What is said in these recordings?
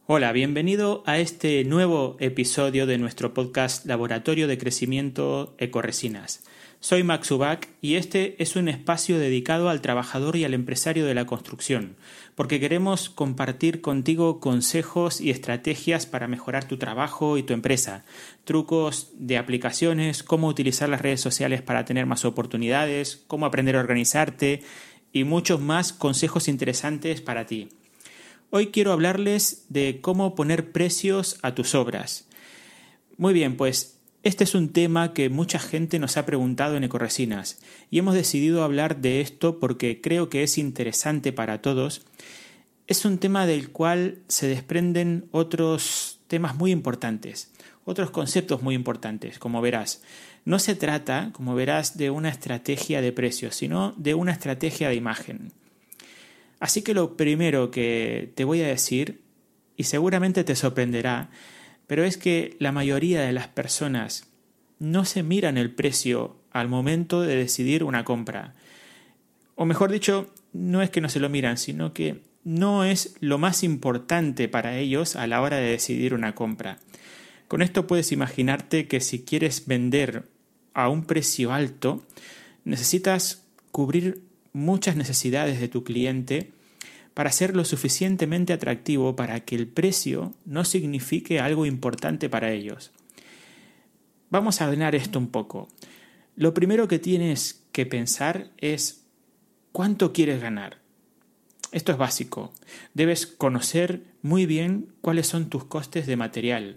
Hola, bienvenido a este nuevo episodio de nuestro podcast Laboratorio de Crecimiento Ecoresinas. Soy Max Ubach y este es un espacio dedicado al trabajador y al empresario de la construcción, porque queremos compartir contigo consejos y estrategias para mejorar tu trabajo y tu empresa, trucos de aplicaciones, cómo utilizar las redes sociales para tener más oportunidades, cómo aprender a organizarte y muchos más consejos interesantes para ti. Hoy quiero hablarles de cómo poner precios a tus obras. Muy bien, pues este es un tema que mucha gente nos ha preguntado en Ecoresinas y hemos decidido hablar de esto porque creo que es interesante para todos. Es un tema del cual se desprenden otros temas muy importantes, otros conceptos muy importantes, como verás. No se trata, como verás, de una estrategia de precios, sino de una estrategia de imagen. Así que lo primero que te voy a decir, y seguramente te sorprenderá, pero es que la mayoría de las personas no se miran el precio al momento de decidir una compra. O mejor dicho, no es que no se lo miran, sino que no es lo más importante para ellos a la hora de decidir una compra. Con esto puedes imaginarte que si quieres vender a un precio alto, necesitas cubrir muchas necesidades de tu cliente para ser lo suficientemente atractivo para que el precio no signifique algo importante para ellos. Vamos a ordenar esto un poco. Lo primero que tienes que pensar es ¿cuánto quieres ganar? Esto es básico. Debes conocer muy bien cuáles son tus costes de material,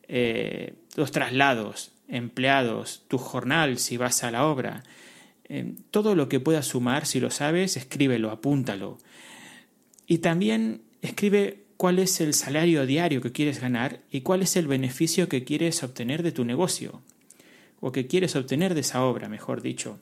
los traslados, empleados, tu jornal si vas a la obra. Todo lo que puedas sumar, si lo sabes, escríbelo, apúntalo. Y también escribe cuál es el salario diario que quieres ganar y cuál es el beneficio que quieres obtener de tu negocio, o que quieres obtener de esa obra, mejor dicho.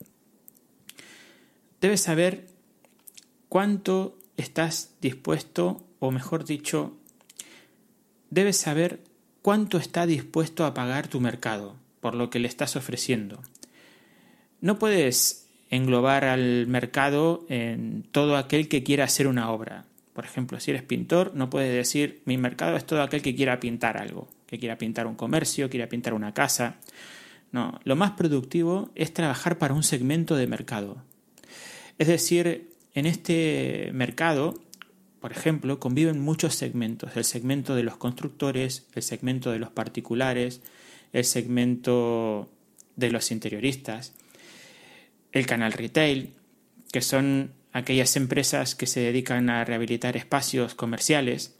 Debes saber cuánto estás dispuesto, o mejor dicho, debes saber cuánto está dispuesto a pagar tu mercado por lo que le estás ofreciendo. No puedes englobar al mercado en todo aquel que quiera hacer una obra. Por ejemplo, si eres pintor, no puedes decir mi mercado es todo aquel que quiera pintar algo, que quiera pintar un comercio, quiera pintar una casa. No, lo más productivo es trabajar para un segmento de mercado. Es decir, en este mercado, por ejemplo, conviven muchos segmentos. El segmento de los constructores, el segmento de los particulares, el segmento de los interioristas, el canal retail, que son aquellas empresas que se dedican a rehabilitar espacios comerciales.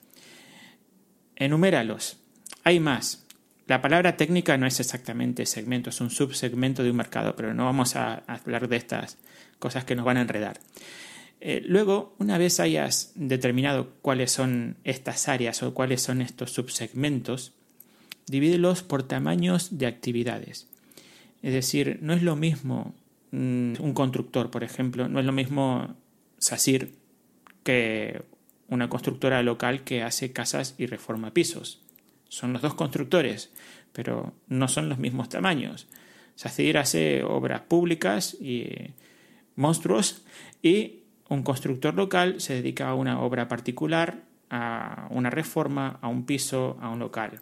Enuméralos. Hay más. La palabra técnica no es exactamente segmento, es un subsegmento de un mercado, pero no vamos a hablar de estas cosas que nos van a enredar. Luego, una vez hayas determinado cuáles son estas áreas o cuáles son estos subsegmentos, divídelos por tamaños de actividades. Es decir, no es lo mismo un constructor, por ejemplo, no es lo mismo SACIR que una constructora local que hace casas y reforma pisos. Son los dos constructores, pero no son los mismos tamaños. SACIR hace obras públicas y monstruos y un constructor local se dedica a una obra particular, a una reforma, a un piso, a un local.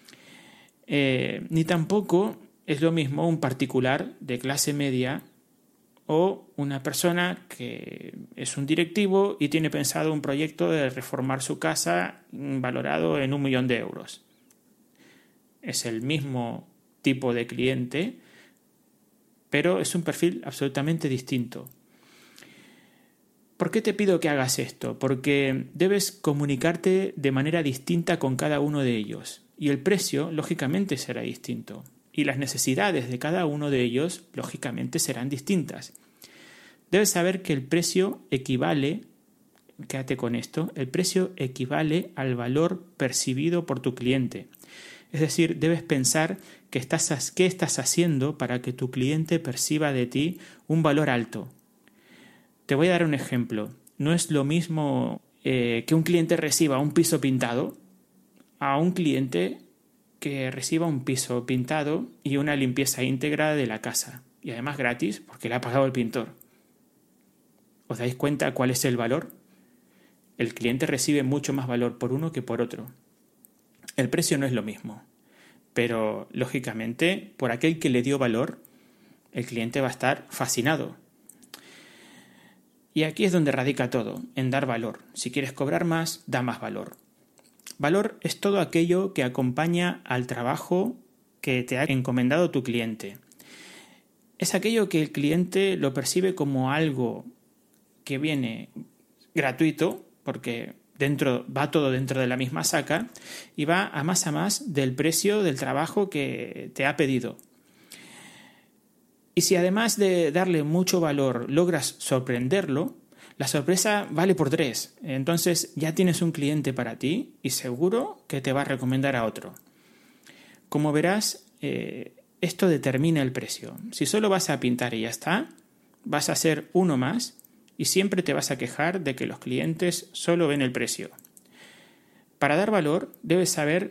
Ni tampoco es lo mismo un particular de clase media o una persona que es un directivo y tiene pensado un proyecto de reformar su casa valorado en 1 millón de euros. Es el mismo tipo de cliente, pero es un perfil absolutamente distinto. ¿Por qué te pido que hagas esto? Porque debes comunicarte de manera distinta con cada uno de ellos y el precio, lógicamente, será distinto. Y las necesidades de cada uno de ellos, lógicamente, serán distintas. Debes saber que el precio equivale, quédate con esto, el precio equivale al valor percibido por tu cliente. Es decir, debes pensar qué estás haciendo para que tu cliente perciba de ti un valor alto. Te voy a dar un ejemplo. No es lo mismo que un cliente reciba un piso pintado a un cliente que reciba un piso pintado y una limpieza íntegra de la casa. Y además gratis porque le ha pagado el pintor. ¿Os dais cuenta cuál es el valor? El cliente recibe mucho más valor por uno que por otro. el precio no es lo mismo. Pero, lógicamente, por aquel que le dio valor, el cliente va a estar fascinado. Y aquí es donde radica todo, en dar valor. Si quieres cobrar más, da más valor. Valor es todo aquello que acompaña al trabajo que te ha encomendado tu cliente. Es aquello que el cliente lo percibe como algo que viene gratuito, porque va todo dentro de la misma saca, y va a más del precio del trabajo que te ha pedido. Y si además de darle mucho valor logras sorprenderlo, la sorpresa vale por 3. Entonces ya tienes un cliente para ti y seguro que te va a recomendar a otro. Como verás, esto determina el precio. Si solo vas a pintar y ya está, vas a ser uno más y siempre te vas a quejar de que los clientes solo ven el precio. Para dar valor debes saber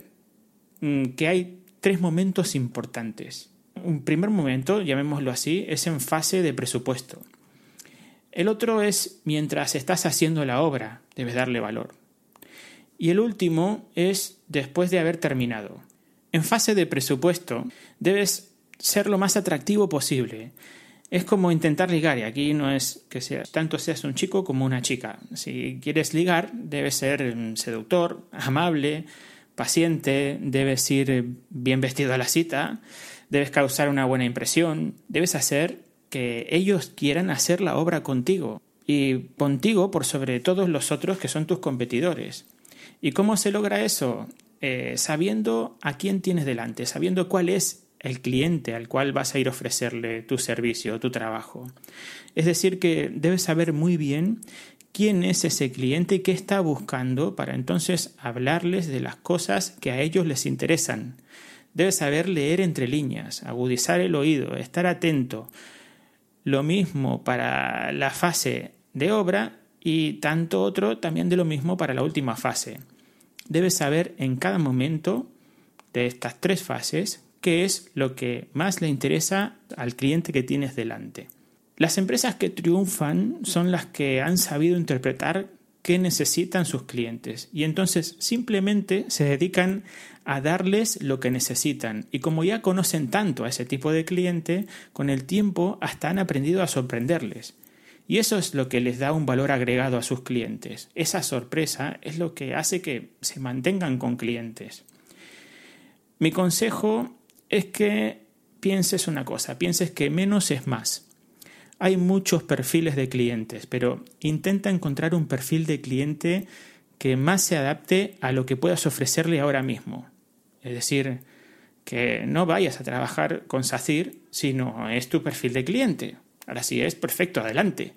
que hay 3 momentos importantes. Un primer momento, llamémoslo así, es en fase de presupuesto. El otro es mientras estás haciendo la obra, debes darle valor. Y el último es después de haber terminado. En fase de presupuesto debes ser lo más atractivo posible. Es como intentar ligar, y aquí no es que tanto seas un chico como una chica. Si quieres ligar, debes ser seductor, amable, paciente, debes ir bien vestido a la cita, debes causar una buena impresión, debes hacer que ellos quieran hacer la obra contigo y contigo por sobre todos los otros que son tus competidores. ¿Y cómo se logra eso? Sabiendo a quién tienes delante, sabiendo cuál es el cliente al cual vas a ir a ofrecerle tu servicio, tu trabajo. Es decir, que debes saber muy bien quién es ese cliente y qué está buscando para entonces hablarles de las cosas que a ellos les interesan. Debes saber leer entre líneas, agudizar el oído, estar atento. Lo mismo para la fase de obra y tanto otro también de lo mismo para la última fase. Debes saber en cada momento de estas 3 fases qué es lo que más le interesa al cliente que tienes delante. Las empresas que triunfan son las que han sabido interpretar qué necesitan sus clientes y entonces simplemente se dedican a darles lo que necesitan y como ya conocen tanto a ese tipo de cliente, con el tiempo hasta han aprendido a sorprenderles. Y eso es lo que les da un valor agregado a sus clientes. Esa sorpresa es lo que hace que se mantengan con clientes. Mi consejo es que pienses una cosa, pienses que menos es más. Hay muchos perfiles de clientes, pero intenta encontrar un perfil de cliente que más se adapte a lo que puedas ofrecerle ahora mismo. Es decir, que no vayas a trabajar con SACIR si no es tu perfil de cliente. Ahora sí es perfecto, adelante.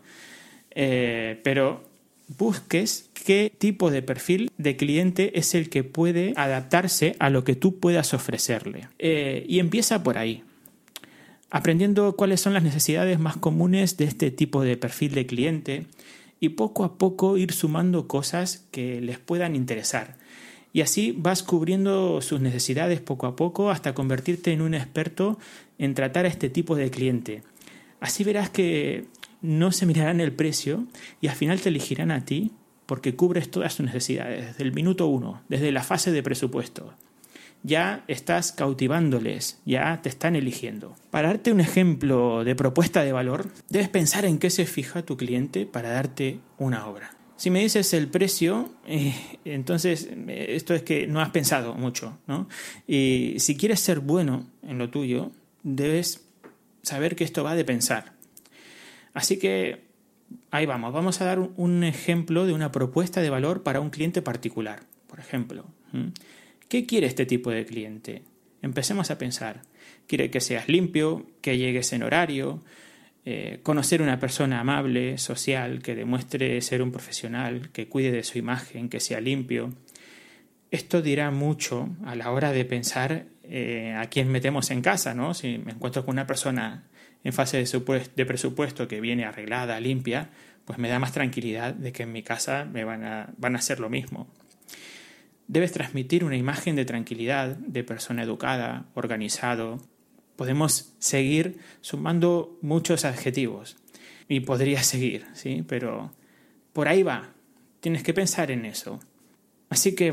Pero busques qué tipo de perfil de cliente es el que puede adaptarse a lo que tú puedas ofrecerle. Y empieza por ahí, aprendiendo cuáles son las necesidades más comunes de este tipo de perfil de cliente y poco a poco ir sumando cosas que les puedan interesar. Y así vas cubriendo sus necesidades poco a poco hasta convertirte en un experto en tratar a este tipo de cliente. Así verás que no se mirarán el precio y al final te elegirán a ti porque cubres todas sus necesidades desde el minuto 1, desde la fase de presupuesto. Ya estás cautivándoles, ya te están eligiendo. Para darte un ejemplo de propuesta de valor, debes pensar en qué se fija tu cliente para darte una obra. Si me dices el precio, entonces esto es que no has pensado mucho, ¿no? Y si quieres ser bueno en lo tuyo, debes saber que esto va de pensar. Así que ahí vamos a dar un ejemplo de una propuesta de valor para un cliente particular. Por ejemplo, ¿qué quiere este tipo de cliente? Empecemos a pensar. Quiere que seas limpio, que llegues en horario, conocer una persona amable, social, que demuestre ser un profesional, que cuide de su imagen, que sea limpio. Esto dirá mucho a la hora de pensar a quién metemos en casa, ¿no? Si me encuentro con una persona en fase de presupuesto que viene arreglada, limpia, pues me da más tranquilidad de que en mi casa me van a hacer lo mismo. Debes transmitir una imagen de tranquilidad, de persona educada, organizado. Podemos seguir sumando muchos adjetivos y podría seguir, ¿sí? Pero por ahí va. Tienes que pensar en eso. Así que, bueno,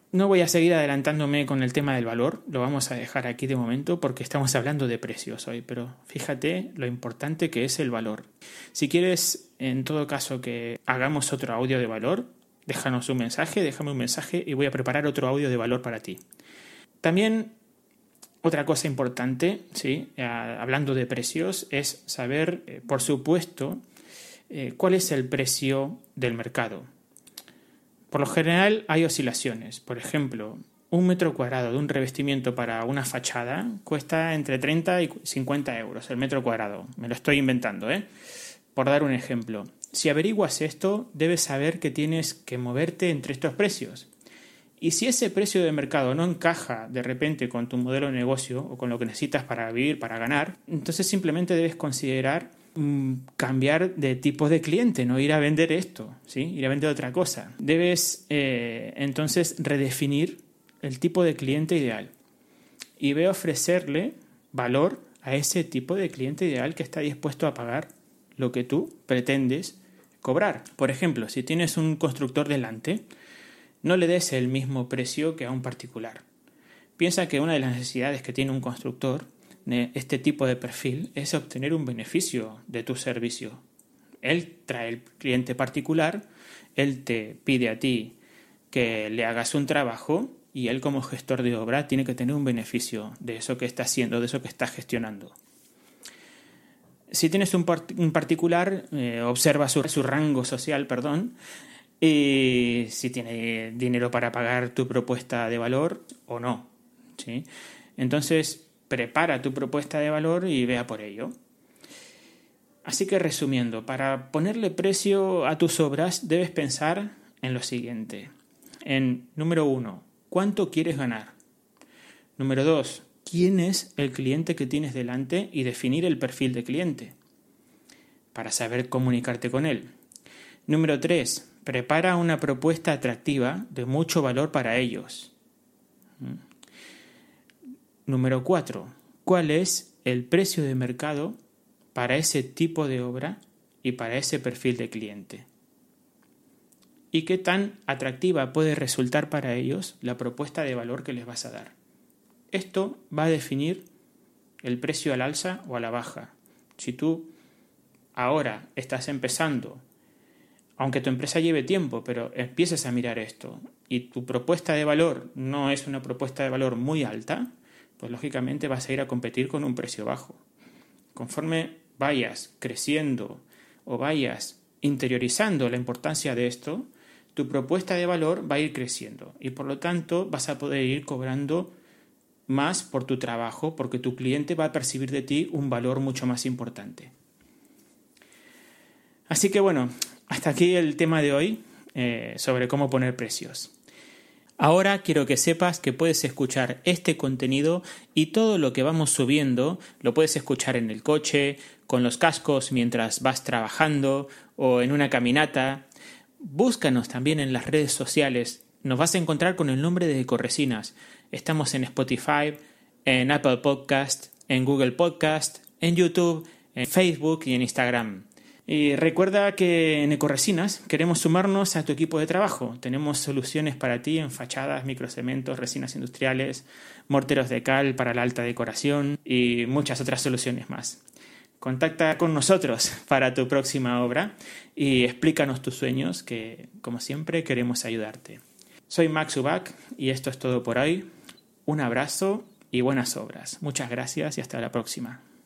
No voy a seguir adelantándome con el tema del valor, lo vamos a dejar aquí de momento porque estamos hablando de precios hoy, pero fíjate lo importante que es el valor. Si quieres, en todo caso, que hagamos otro audio de valor, déjame un mensaje y voy a preparar otro audio de valor para ti. También otra cosa importante, ¿sí? Hablando de precios, es saber, por supuesto, cuál es el precio del mercado. Por lo general hay oscilaciones. Por ejemplo, 1 metro cuadrado de un revestimiento para una fachada cuesta entre 30 y 50 euros el metro cuadrado. Me lo estoy inventando, por dar un ejemplo. Si averiguas esto, debes saber que tienes que moverte entre estos precios. Y si ese precio de mercado no encaja de repente con tu modelo de negocio o con lo que necesitas para vivir, para ganar, entonces simplemente debes considerar cambiar de tipo de cliente, no ir a vender esto, ¿sí? Ir a vender otra cosa. Debes entonces redefinir el tipo de cliente ideal y ve a ofrecerle valor a ese tipo de cliente ideal que está dispuesto a pagar lo que tú pretendes cobrar. Por ejemplo, si tienes un constructor delante, no le des el mismo precio que a un particular. Piensa que una de las necesidades que tiene un constructor de este tipo de perfil es obtener un beneficio de tu servicio. Él trae el cliente particular, él te pide a ti que le hagas un trabajo y él como gestor de obra tiene que tener un beneficio de eso que está haciendo, de eso que está gestionando. Si tienes un particular, observa su rango social, y si tiene dinero para pagar tu propuesta de valor o no, ¿sí? Entonces, prepara tu propuesta de valor y vea por ello. Así que resumiendo, para ponerle precio a tus obras debes pensar en lo siguiente. Número 1, ¿cuánto quieres ganar? Número 2, ¿quién es el cliente que tienes delante? Y definir el perfil de cliente para saber comunicarte con él. Número 3, prepara una propuesta atractiva de mucho valor para ellos. Número 4. ¿Cuál es el precio de mercado para ese tipo de obra y para ese perfil de cliente? ¿Y qué tan atractiva puede resultar para ellos la propuesta de valor que les vas a dar? Esto va a definir el precio al alza o a la baja. Si tú ahora estás empezando, aunque tu empresa lleve tiempo, pero empieces a mirar esto y tu propuesta de valor no es una propuesta de valor muy alta, pues lógicamente vas a ir a competir con un precio bajo. Conforme vayas creciendo o vayas interiorizando la importancia de esto, tu propuesta de valor va a ir creciendo y por lo tanto vas a poder ir cobrando más por tu trabajo porque tu cliente va a percibir de ti un valor mucho más importante. Así que bueno, hasta aquí el tema de hoy sobre cómo poner precios. Ahora quiero que sepas que puedes escuchar este contenido y todo lo que vamos subiendo lo puedes escuchar en el coche, con los cascos mientras vas trabajando o en una caminata. Búscanos también en las redes sociales. Nos vas a encontrar con el nombre de Ecoresinas. Estamos en Spotify, en Apple Podcast, en Google Podcast, en YouTube, en Facebook y en Instagram. Y recuerda que en Ecoresinas queremos sumarnos a tu equipo de trabajo. Tenemos soluciones para ti en fachadas, microcementos, resinas industriales, morteros de cal para la alta decoración y muchas otras soluciones más. Contacta con nosotros para tu próxima obra y explícanos tus sueños que, como siempre, queremos ayudarte. Soy Max Ubach y esto es todo por hoy. Un abrazo y buenas obras. Muchas gracias y hasta la próxima.